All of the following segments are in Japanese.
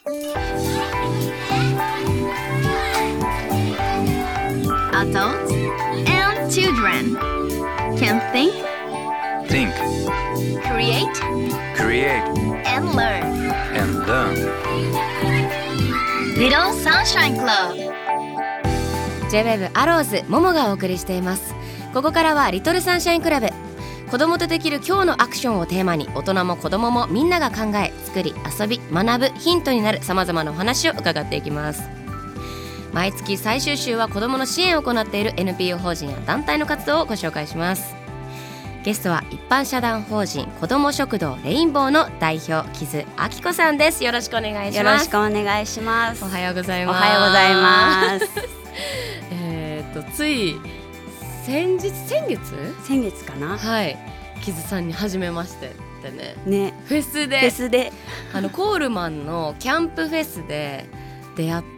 Adults and children can think, create, and learn. Little Sunshine Club J-WAVE アローズモモがお送りしています。ここからはリトルサンシャインクラブ、子供とできる今日のアクションをテーマに、大人も子供もみんなが考え、作り、遊び、学ぶヒントになるさまざまなお話を伺っていきます。毎月最終週は子どもの支援を行っている NPO 法人や団体の活動をご紹介します。ゲストは一般社団法人子ども食堂レインボーの代表木津明子さんです。よろしくお願いします。 よろしくお願いします。 おはようございます。 おはようございますつい先月かな。 はい、木津さんに初めましてってね、フェスでコールマンのキャンプフェスで出会って、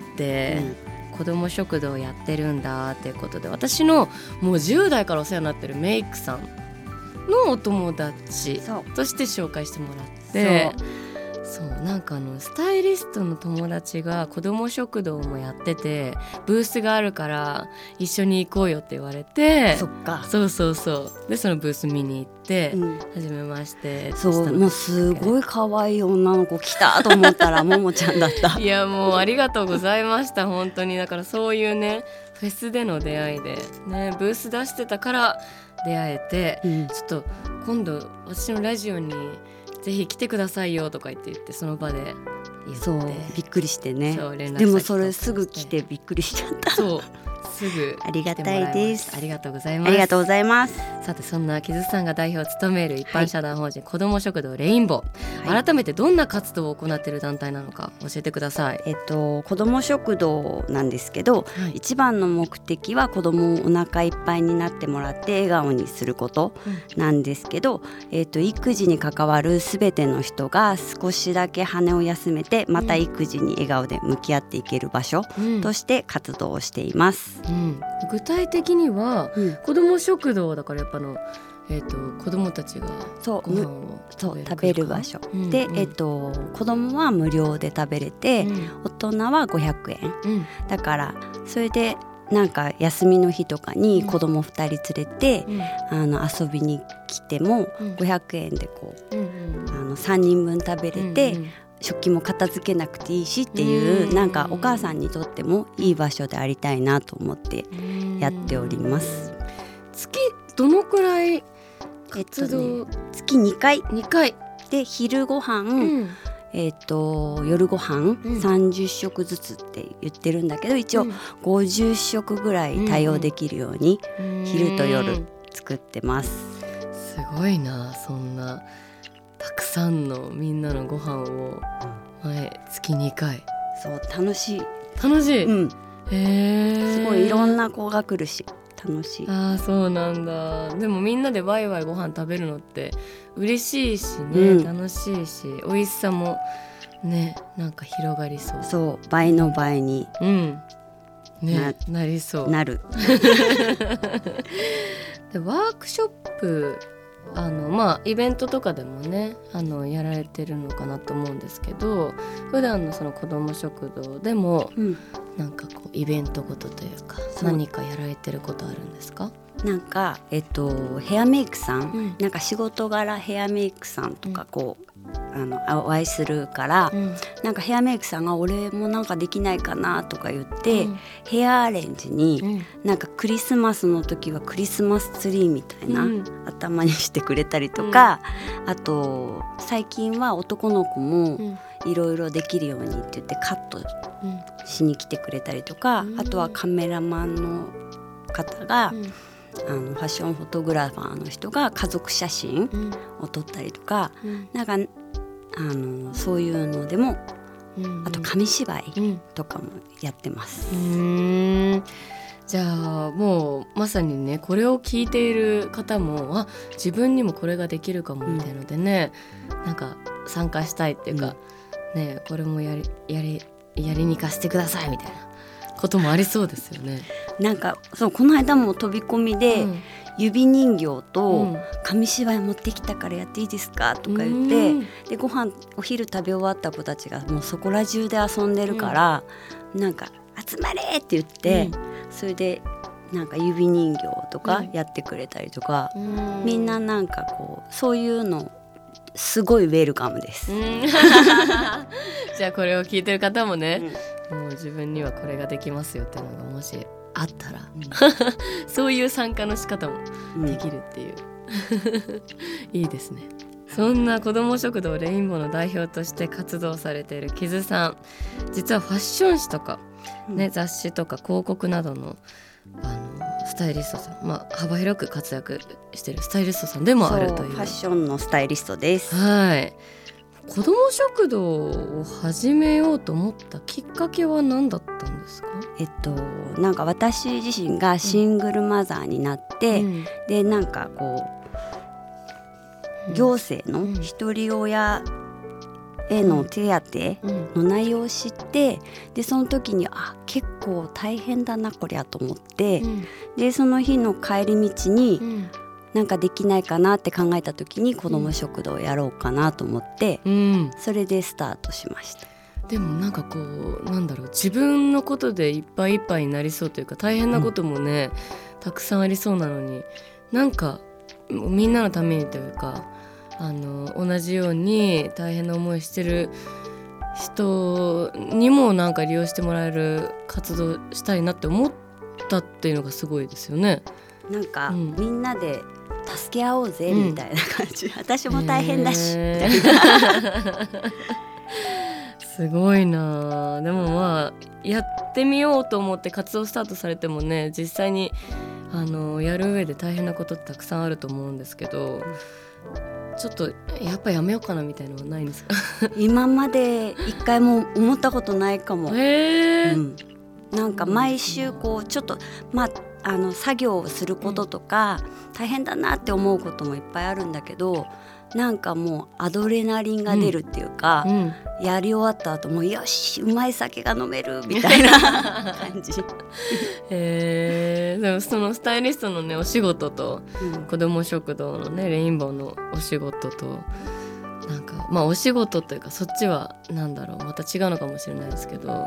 子ども食堂やってるんだっていうことで、私のもう10代からお世話になってるメイクさんのお友達として紹介してもらって、そうなんかスタイリストの友達が子ども食堂もやっててブースがあるから一緒に行こうよって言われて、 そっか、 そうでそのブース見に行って、初めましてもうすごい可愛い女の子来たと思ったらももちゃんだったいやもうありがとうございました本当に。だからそういうねフェスでの出会いでね、ブース出してたから出会えて、ちょっと今度私のラジオにぜひ来てくださいよとか言ってその場で言って、 そうびっくりしてね。 連絡先でもそれすぐ来てびっくりしちゃった。 そうすぐありがたいです。 ありがとうございます。 ありがとうございます。 さてそんな木津さんが代表を務める一般社団法人子ども食堂レインボー、改めてどんな活動を行っている団体なのか教えてください。 子ども食堂なんですけど、一番の目的は子どもをお腹いっぱいになってもらって笑顔にすることなんですけど、育児に関わるすべての人が少しだけ羽を休めてまた育児に笑顔で向き合っていける場所として活動をしています。 具体的には、子ども食堂だからやっぱ子どもたちがご飯を食べる場所で、子どもは無料で食べれて、大人は500円、だからそれでなんか休みの日とかに子ども2人連れて、遊びに来ても500円でこう、3人分食べれて、食器も片付けなくていいしっていう、なんかお母さんにとってもいい場所でありたいなと思ってやっております。 月どのくらい活動？ 月2回で昼ご飯、夜ご飯30食ずつって言ってるんだけど、一応50食ぐらい対応できるように昼と夜作ってます。 すごいな、そんなたくさんのみんなのご飯を月2回。 そう楽しい、 すごいいろんな子が来るし楽しい。 そうなんだ。でもみんなでワイワイご飯食べるのって嬉しいしね、楽しいし美味しさもねなんか広がりそう。 そう倍の倍に、 なりそうなるでワークショップイベントとかでもねやられてるのかなと思うんですけど、普段のその子ども食堂でも、なんかこうイベントごとというか何かやられてることあるんですか？ なんかヘアメイクさん、なんか仕事柄ヘアメイクさんとかこう、お会いするから、なんかヘアメイクさんが俺もなんかできないかなとか言って、ヘアアレンジに、なんかクリスマスの時はクリスマスツリーみたいな、頭にしてくれたりとか、あと最近は男の子もいろいろできるようにって言ってカットしに来てくれたりとか、あとはカメラマンの方が、ファッションフォトグラファーの人が家族写真を撮ったりとか、なんかそういうのでも、あと紙芝居とかもやってます。 じゃあもうまさにねこれを聞いている方も自分にもこれができるかもみたいのでね、なんか参加したいっていうか、これもやりに行かせてくださいみたいなこともありそうですよね。 なんかそうこの間も飛び込みで、 指人形と紙芝居持ってきたからやっていいですかとか言って、でお昼食べ終わった子たちがもうそこら中で遊んでるから、なんか集まれって言って、それでなんか指人形とかやってくれたりとか、みんななんかこうそういうのすごいウェルカムです。 じゃあこれを聞いてる方もね、もう自分にはこれができますよっていうのがもしあったら、そういう参加の仕方もできるっていう、いいですね。そんな子ども食堂レインボーの代表として活動されている木津さん、実はファッション誌とか、雑誌とか広告などのスタイリストさん、幅広く活躍しているスタイリストさんでもあるという。 ファッションのスタイリストです。 はい。子ども食堂を始めようと思ったきっかけは何だったんですか？ なんか私自身がシングルマザーになって、でなんかこう行政の一人親への手当の内容を知って、でその時に結構大変だなこりゃと思って、でその日の帰り道に、なんかできないかなって考えた時に子ども食堂をやろうかなと思って、それでスタートしました。 でもなんかこう自分のことでいっぱいいっぱいになりそうというか、大変なこともね、たくさんありそうなのに、なんかみんなのためにというか、同じように大変な思いしてる人にもなんか利用してもらえる活動したいなって思ったっていうのがすごいですよね。 なんか、みんなで助け合おうぜみたいな感じ、私も大変だしみたいなすごいな。でもやってみようと思って活動スタートされてもね、実際にやる上で大変なことってたくさんあると思うんですけど、ちょっとやっぱやめようかなみたいなのはないんですか？ 今まで一回も思ったことないかも。なんか毎週こうちょっと作業をすることとか、大変だなって思うこともいっぱいあるんだけど、なんかもうアドレナリンが出るっていうか、やり終わった後もうよしうまい酒が飲めるみたいな感じ。 でもそのスタイリストのねお仕事と、子ども食堂のねレインボーのお仕事と、なんかお仕事というかそっちはまた違うのかもしれないですけど、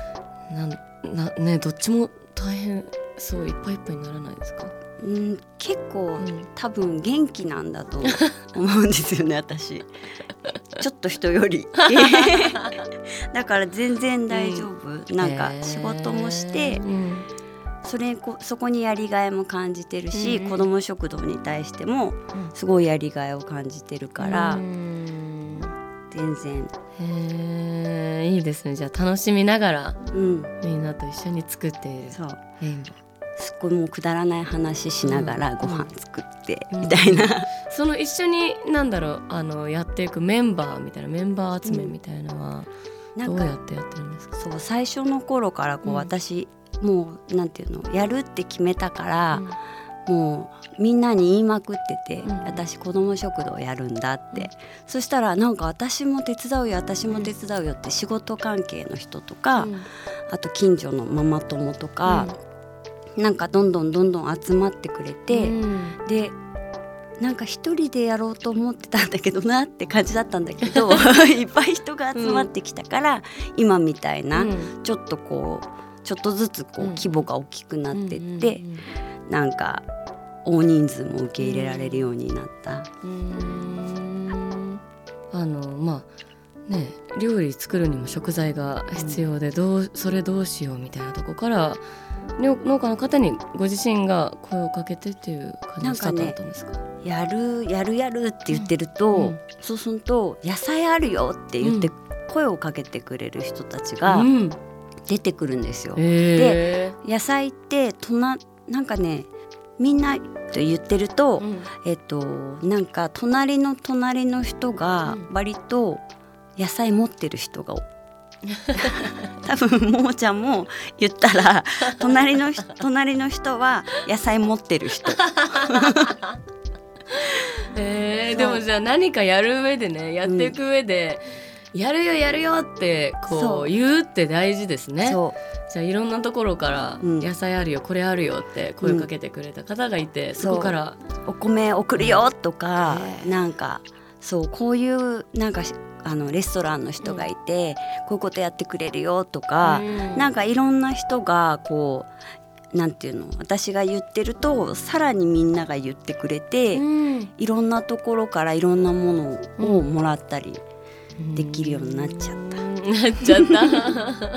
どっちも大変そう、いっぱいいっぱいにならないですか？ 結構、多分元気なんだと思うんですよね私ちょっと人よりだから全然大丈夫、なんか仕事もして、そこにやりがいも感じてるし、子ども食堂に対してもすごいやりがいを感じてるから、全然いいですね。じゃあ楽しみながら、みんなと一緒に作っているレインボー、 すっごいもうくだらない話しながらご飯作ってみたいな、 その一緒にやっていくメンバーみたいな、メンバー集めみたいなのはどうやってやってるんですか？ そう、最初の頃から私もうなんていうのやるって決めたから、もうみんなに言いまくってて、私子ども食堂やるんだって、そしたらなんか私も手伝うよって仕事関係の人とか、あと近所のママ友とか、なんかどんどん集まってくれて、でなんか一人でやろうと思ってたんだけどなって感じだったんだけどいっぱい人が集まってきたから、今みたいな、ちょっとずつ規模が大きくなってって、なんか大人数も受け入れられるようになった。 料理作るにも食材が必要で、それどうしようみたいなとこから農家の方にご自身が声をかけてっていう感じのスタートだったんですか？ やるって言ってると、そうすると野菜あるよって言って声をかけてくれる人たちが出てくるんですよ。で野菜ってなんかね、みんなと言ってると、なんか隣の人が割と野菜持ってる人が多分ももちゃんも言ったら隣の人は野菜持ってる人でもじゃあ何かやる上でね、やっていく上で、 やるよやるよってこう言うって大事ですね。じゃあいろんなところから野菜あるよ、これあるよって声かけてくれた方がいて、そこからお米送るよとか、なんかそうこういうなんかレストランの人がいて、こういうことやってくれるよとか、なんかいろんな人がこうなんていうの、私が言ってるとさらにみんなが言ってくれて、いろんなところからいろんなものをもらったりできるようになっちゃった。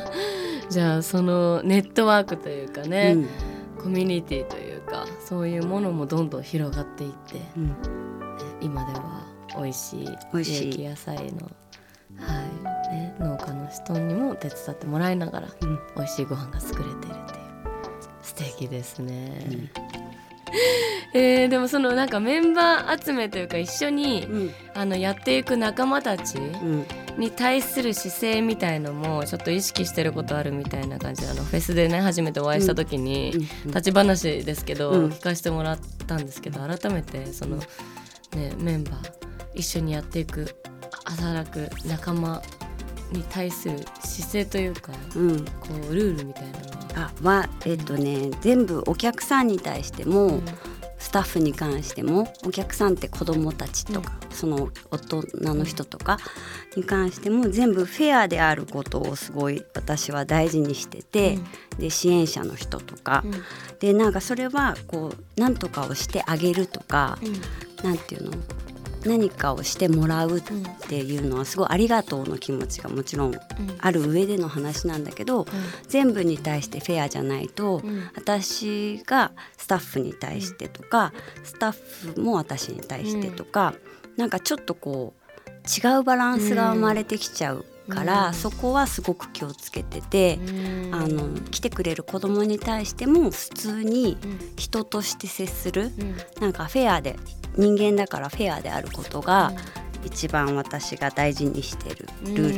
じゃあそのネットワークというかね、コミュニティというかそういうものもどんどん広がっていって、今では美味しい有機野菜の、農家の人にも手伝ってもらいながら、美味しいご飯が作れてるっていう素敵ですね。でもそのなんかメンバー集めというか一緒に、やっていく仲間たちに対する姿勢みたいのもちょっと意識してることあるみたいな感じで、フェスでね初めてお会いした時に、立ち話ですけど、聞かせてもらったんですけど、改めてその、メンバー一緒にやっていく働く仲間に対する姿勢というか、こうルールみたいなのは全部お客さんに対しても、スタッフに関しても、お客さんって子どもたちとか、その大人の人とかに関しても全部フェアであることをすごい私は大事にしてて、で支援者の人とか、でなんかそれはこう何とかをしてあげるとか、なんていうの、何かをしてもらうっていうのはすごいありがとうの気持ちがもちろんある上での話なんだけど、全部に対してフェアじゃないと、私がスタッフに対してとか、スタッフも私に対してとか、なんかちょっとこう違うバランスが生まれてきちゃうから、そこはすごく気をつけてて、来てくれる子どもに対しても普通に人として接する、なんかフェアで、人間だからフェアであることが一番私が大事にしてるル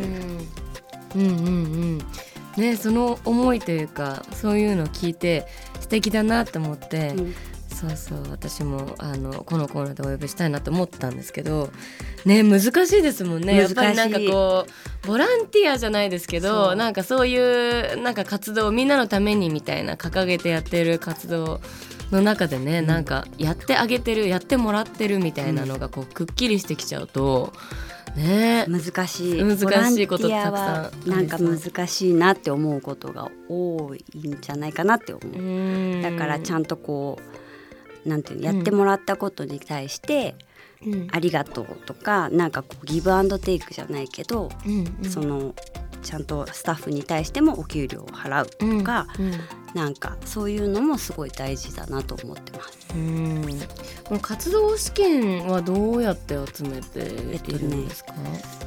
ール。 その思いというかそういうのを聞いて素敵だなと思って、私もこのコーナーでお呼びしたいなと思ったんですけどね、難しいですもんね。やっぱりなんかこうボランティアじゃないですけど、なんかそういうなんか活動をみんなのためにみたいな掲げてやってる活動の中でね、なんかやってあげてる、やってもらってるみたいなのがこうくっきりしてきちゃうとね、 難しいことたくさんなんか難しいなって思うことが多いんじゃないかなって思う。だからちゃんとこうなんていうの、やってもらったことに対して、ありがとうとか、なんかこうギブアンドテイクじゃないけど、そのちゃんとスタッフに対してもお給料を払うとか、なんかそういうのもすごい大事だなと思ってます。 この活動資金はどうやって集めているんですか？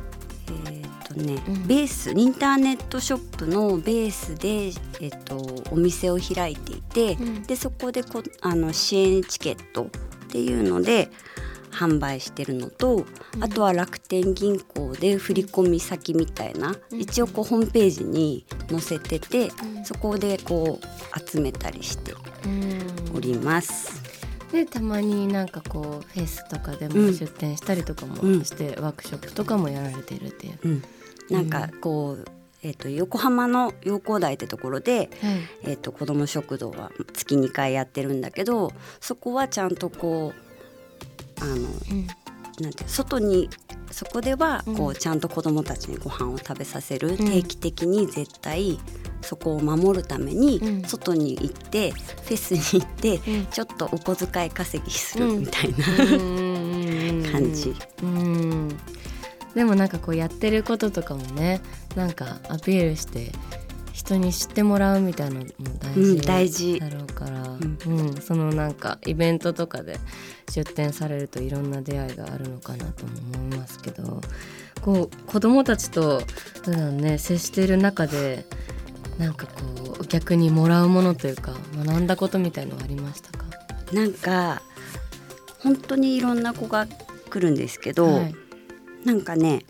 ベースインターネットショップのベースで、お店を開いていて、でそこで支援チケットっていうので販売してるのと、あとは楽天銀行で振込先みたいな、一応こうホームページに載せてて、そこでこう集めたりしております。 でたまになんかこうフェスとかでも出店したりとかもして、ワークショップとかもやられているっていう、 なんかこう、横浜の陽光台ってところで、子ども食堂は月2回やってるんだけど、そこはちゃんとこうなんて外に、そこではこうちゃんと子どもたちにご飯を食べさせる、定期的に絶対そこを守るために外に行って、フェスに行って、ちょっとお小遣い稼ぎするみたいな、感じ。 でもなんかこうやってることとかもね、なんかアピールして人に知ってもらうみたいなのも大事だろうから、そのなんかイベントとかで出展されるといろんな出会いがあるのかなとも思いますけど、こう子どもたちと普段ね接している中でなんかこう逆にもらうものというか学んだことみたいのはありましたか？ なんか本当にいろんな子が来るんですけど、なんかね、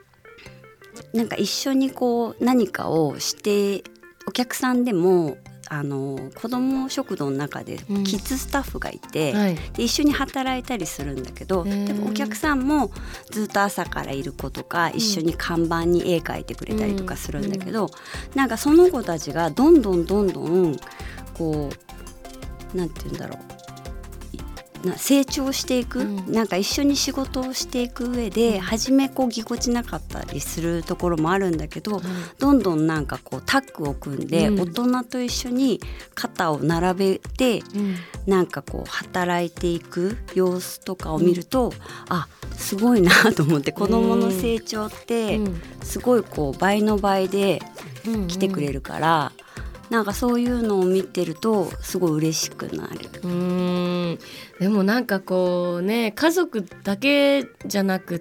なんか一緒にこう何かをして、お客さんでも子ども食堂の中でキッズスタッフがいて、で一緒に働いたりするんだけど、でもお客さんもずっと朝からいる子とか、一緒に看板に絵描いてくれたりとかするんだけど、なんかその子たちがどんどんこうなんて言うんだろう、成長していく、なんか一緒に仕事をしていく上で、初めこうぎこちなかったりするところもあるんだけど、どんどんなんかこうタッグを組んで、大人と一緒に肩を並べて、なんかこう働いていく様子とかを見ると、あ、すごいなと思って、子どもの成長ってすごいこう倍の倍で来てくれるから、なんかそういうのを見てるとすごい嬉しくなる。 でもなんかこうね、家族だけじゃなくって、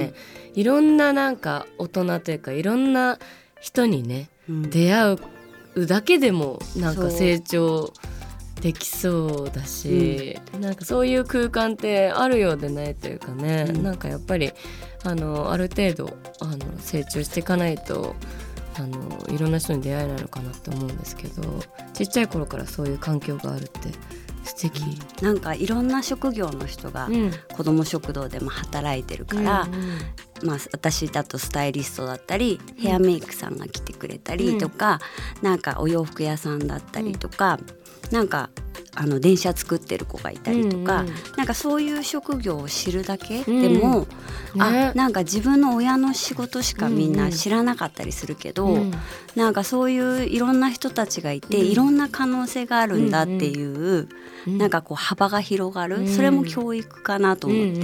いろんななんか大人というか、いろんな人にね、出会うだけでもなんか成長できそうだし、なんかそういう空間ってあるようでないというかね、なんかやっぱりある程度成長していかないといろんな人に出会えないのかなって思うんですけど、ちっちゃい頃からそういう環境があるって素敵。 なんかいろんな職業の人が子ども食堂でも働いてるから、私だとスタイリストだったり、ヘアメイクさんが来てくれたりとか、なんかお洋服屋さんだったりとか、なんか電車作ってる子がいたりとか、なんかそういう職業を知るだけでも、なんか自分の親の仕事しかみんな知らなかったりするけど、なんかそういういろんな人たちがいて、いろんな可能性があるんだっていう、なんかこう幅が広がる、それも教育かなと思って、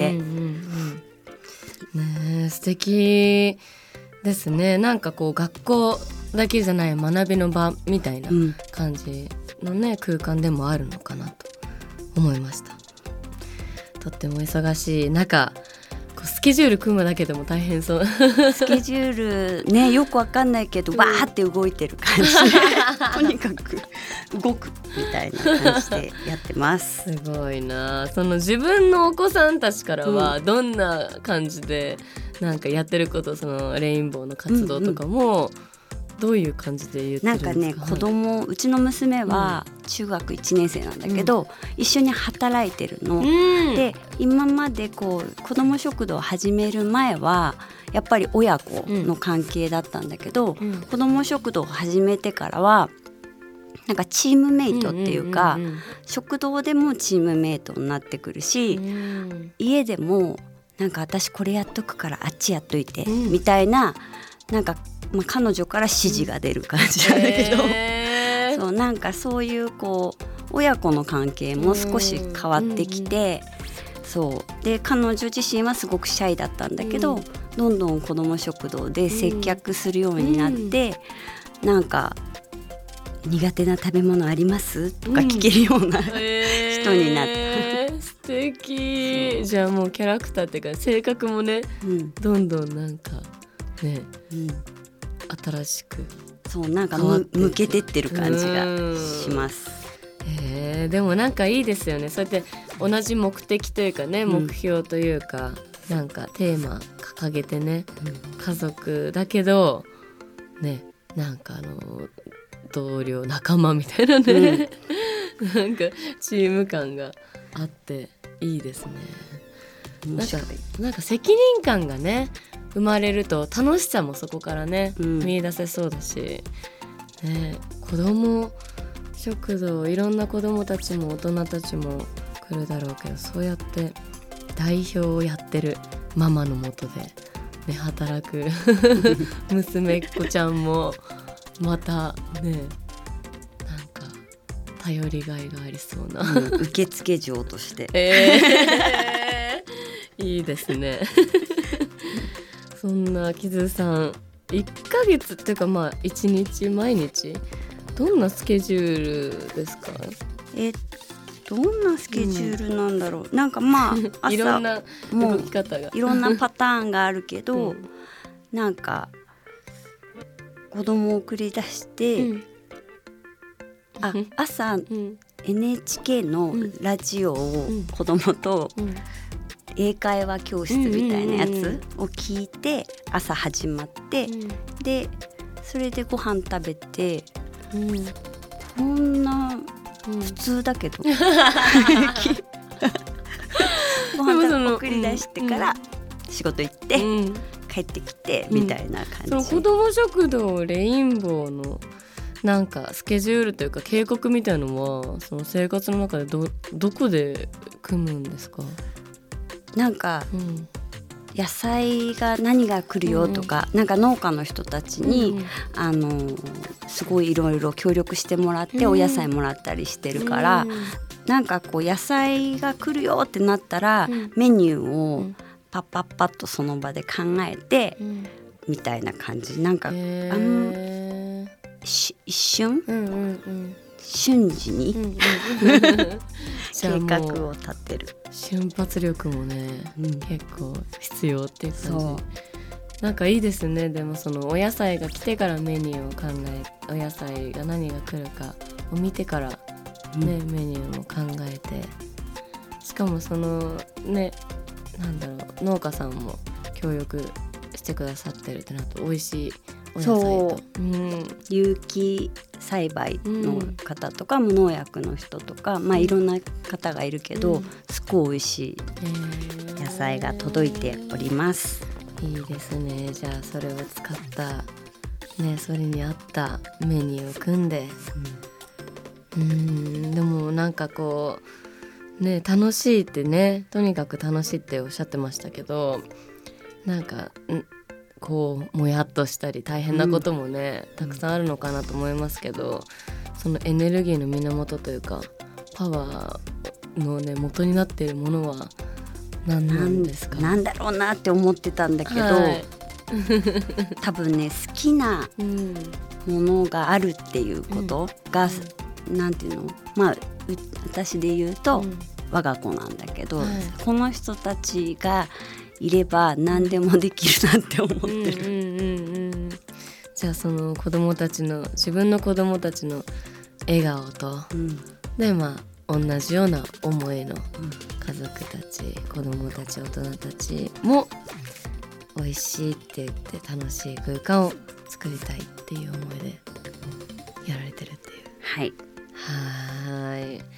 素敵ですね。なんかこう学校だけじゃない学びの場みたいな感じのね、空間でもあるのかなと思いました。とっても忙しい中、スケジュール組むだけでも大変そう。 スケジュールね、よくわかんないけどバーって動いてる感じとにかく動くみたいな感じでやってます。 すごいな。その自分のお子さんたちからはどんな感じでなんかやってること、そのレインボーの活動とかもどういう感じで言ってるんですか？ なんかね、子供、うちの娘は中学1年生なんだけど、一緒に働いてるの、で今までこう子供食堂を始める前はやっぱり親子の関係だったんだけど、子供食堂を始めてからはなんかチームメイトっていうか、食堂でもチームメイトになってくるし、家でもなんか私これやっとくからあっちやっといて、みたいな、なんか彼女から指示が出る感じなんだけど、そうなんかそういうこう親子の関係も少し変わってきて、そうで彼女自身はすごくシャイだったんだけど、どんどん子ども食堂で接客するようになって、なんか苦手な食べ物ありますとか聞けるような、人になった。 素敵。じゃあもうキャラクターっていうか性格もね、どんどんなんかね、新しくそうなんか向けてってる感じがします。 でもなんかいいですよね。そうやって同じ目的というかね、目標というか、なんかテーマ掲げてね、家族だけどね、なんか同僚仲間みたいなね、なんかチーム感があっていいですね。なんか責任感がね生まれると楽しさもそこからね、見出せそうだし、子供食堂、いろんな子供たちも大人たちも来るだろうけど、そうやって代表をやってるママのもとで、ね、働く娘っ子ちゃんもまたね、なんか頼りがいがありそうな、 受付嬢として、 いいですね。そんなキズさん、1ヶ月っていうか1日毎日どんなスケジュールですか？ どんなスケジュールなんだろう、なんか朝いろんな動き方がいろんなパターンがあるけど、なんか子供を送り出して、朝、NHK のラジオを子供と、英会話教室みたいなやつを聞いて朝始まって、でそれでご飯食べて、 そんな普通だけど、ご飯送り出してから仕事行って、帰ってきてみたいな感じ。 その子ども食堂レインボーのなんかスケジュールというか計画みたいのはその生活の中でどこで組むんですか？ なんか、野菜が何が来るよとか、なんか農家の人たちに、すごいいろいろ協力してもらってお野菜もらったりしてるから、なんかこう野菜が来るよってなったら、メニューをパッパッパッとその場で考えて、みたいな感じ。なんか一瞬、瞬時に、計画を立てる。 瞬発力もね、結構必要っていう感じ。なんかいいですね。でもそのお野菜が来てからメニューを考え、お野菜が何が来るかを見てからね、メニューも考えて、しかもそのね、なんだろう、農家さんも協力してくださってるってなると美味しいお野菜と、 有機栽培の方とか無農薬の人とか、いろんな方がいるけど、すごい美味しい野菜が届いております。 いいですね。じゃあそれを使ったね、それに合ったメニューを組んで、でもなんかこうね、楽しいってね、とにかく楽しいっておっしゃってましたけど、なんかこうもやっとしたり大変なこともね、たくさんあるのかなと思いますけど、そのエネルギーの源というかパワーのね元になっているものは何なんですか？ なんだろうなって思ってたんだけど、多分ね、好きなものがあるっていうことが、なんていうの、私で言うと、我が子なんだけど、この人たちがいれば何でもできるなって思ってる。 じゃあその子供たちの、自分の子供たちの笑顔と、で同じような思いの家族たち、子供たち、大人たちも美味しいって言って楽しい空間を作りたいっていう思いでやられてるっていう。はい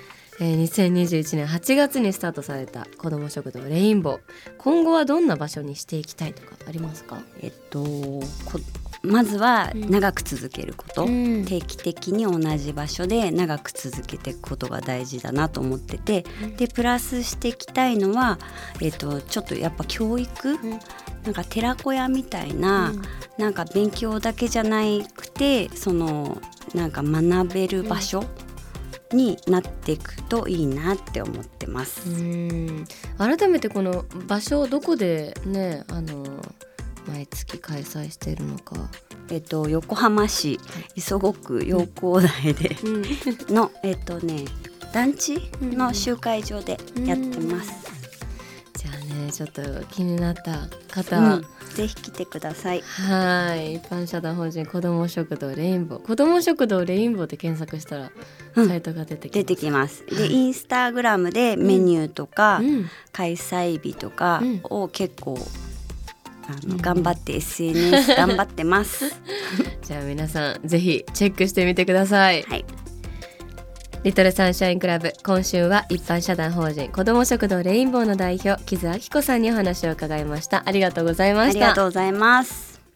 。2021年8月にスタートされた子ども食堂レインボー、今後はどんな場所にしていきたいとかありますか？ まずは長く続けること、定期的に同じ場所で長く続けていくことが大事だなと思ってて、でプラスしていきたいのは、ちょっとやっぱ教育、なんか寺子屋みたいな、なんか勉強だけじゃなくて、そのなんか学べる場所になっていくといいなって思ってます。 改めてこの場所をどこでね、毎月開催しているのか。 横浜市磯子区陽光台での団地の集会場でやってます。 じゃあね、ちょっと気になった方、 ぜひ来てください。 はい。一般社団法人子ども食堂レインボー、子ども食堂レインボーで検索したらサイトが出てきます。 でインスタグラムでメニューとか、開催日とかを結構頑張って SNS 頑張ってますじゃあ皆さんぜひチェックしてみてください。リトルサンシャインクラブ、今週は一般社団法人子ども食堂レインボーの代表木津明子さんにお話を伺いました。ありがとうございました。 ありがとうございます。